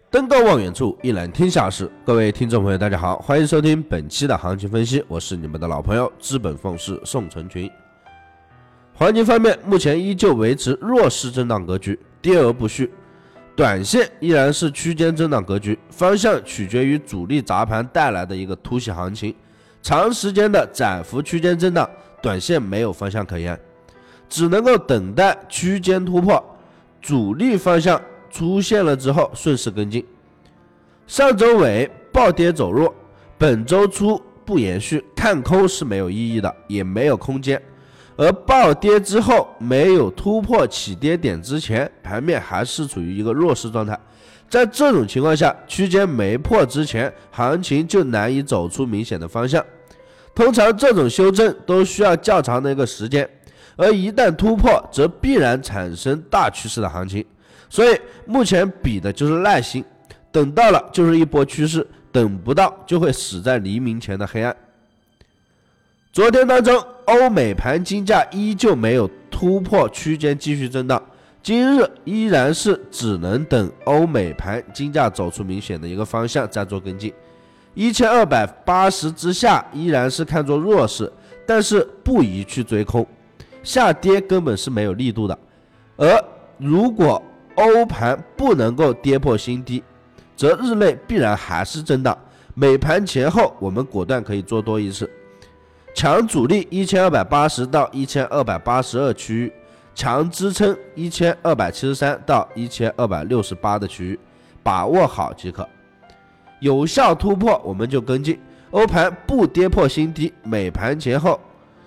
登高望远处，一览天下事。各位听众朋友，大家好，欢迎收听本期的行情分析，我是你们的老朋友资本凤氏宋成群。黄金方面，目前依旧维持弱势震荡格局，跌而不续，短线依然是区间震荡格局，方向取决于主力砸盘带来的一个突袭行情。长时间的窄幅区间震荡，短线没有方向可言，只能够等待区间突破，主力方向出现了之后顺势跟进。上周尾暴跌走弱，本周初不延续，看空是没有意义的，也没有空间。而暴跌之后没有突破起跌点之前，盘面还是处于一个弱势状态。在这种情况下，区间没破之前，行情就难以走出明显的方向。通常这种修正都需要较长的一个时间，而一旦突破，则必然产生大趋势的行情。所以目前比的就是耐心，等到了就是一波趋势，等不到就会死在黎明前的黑暗。昨天当中，欧美盘金价依旧没有突破区间继续震荡，今日依然是只能等欧美盘金价走出明显的一个方向再做跟进。1280之下依然是看作弱势，但是不宜去追空，下跌根本是没有力度的。而如果欧盘不能够跌破新低，则日内必然还是震荡，美盘前后我们果断可以做多一次。强阻力1280到1282区域，强支撑1273到1268的区域，把握好即可。有效突破我们就跟进，欧盘不跌破新低，美盘前后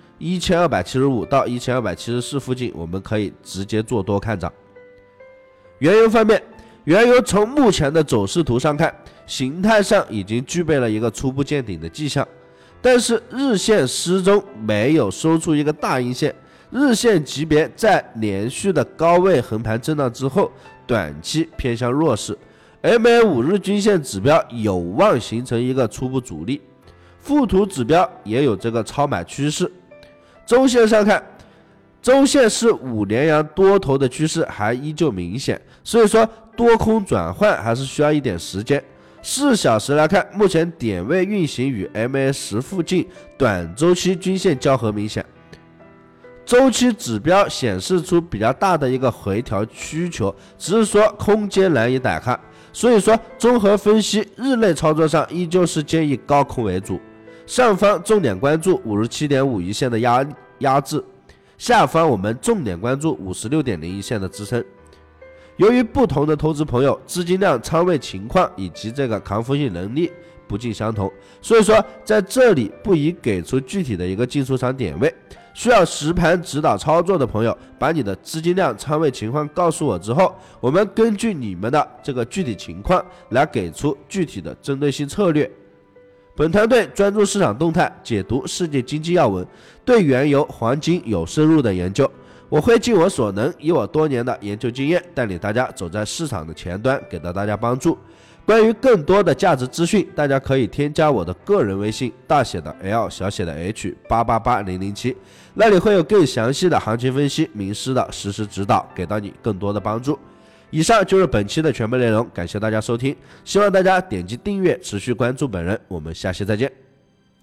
1275到1274附近，我们可以直接做多看涨。原油方面，原油从目前的走势图上看，形态上已经具备了一个初步见顶的迹象，但是日线始终没有收出一个大阴线，日线级别在连续的高位横盘震荡之后，短期偏向弱势。MA5 日均线指标有望形成一个初步阻力，附图指标也有这个超买趋势。周线上看，周线是5连阳多头的趋势还依旧明显，所以说多空转换还是需要一点时间。4小时来看，目前点位运行与 MA10 附近，短周期均线交合明显，周期指标显示出比较大的一个回调需求，只是说空间难以打开。所以说综合分析，日内操作上依旧是建议高空为主，上方重点关注 57.5 一线的压制，下方我们重点关注 56.0 一线的支撑。由于不同的投资朋友资金量、仓位情况以及这个抗风险能力不尽相同，所以说在这里不宜给出具体的一个进出场点位。需要实盘指导操作的朋友，把你的资金量、仓位情况告诉我之后，我们根据你们的这个具体情况来给出具体的针对性策略。本团队专注市场动态，解读世界经济要闻，对原油、黄金有深入的研究。我会尽我所能，以我多年的研究经验，带领大家走在市场的前端，给到大家帮助。关于更多的价值资讯，大家可以添加我的个人微信，大写的 L 小写的 H888007，那里会有更详细的行情分析、名师的实时指导，给到你更多的帮助。以上就是本期的全部内容，感谢大家收听，希望大家点击订阅，持续关注本人，我们下期再见。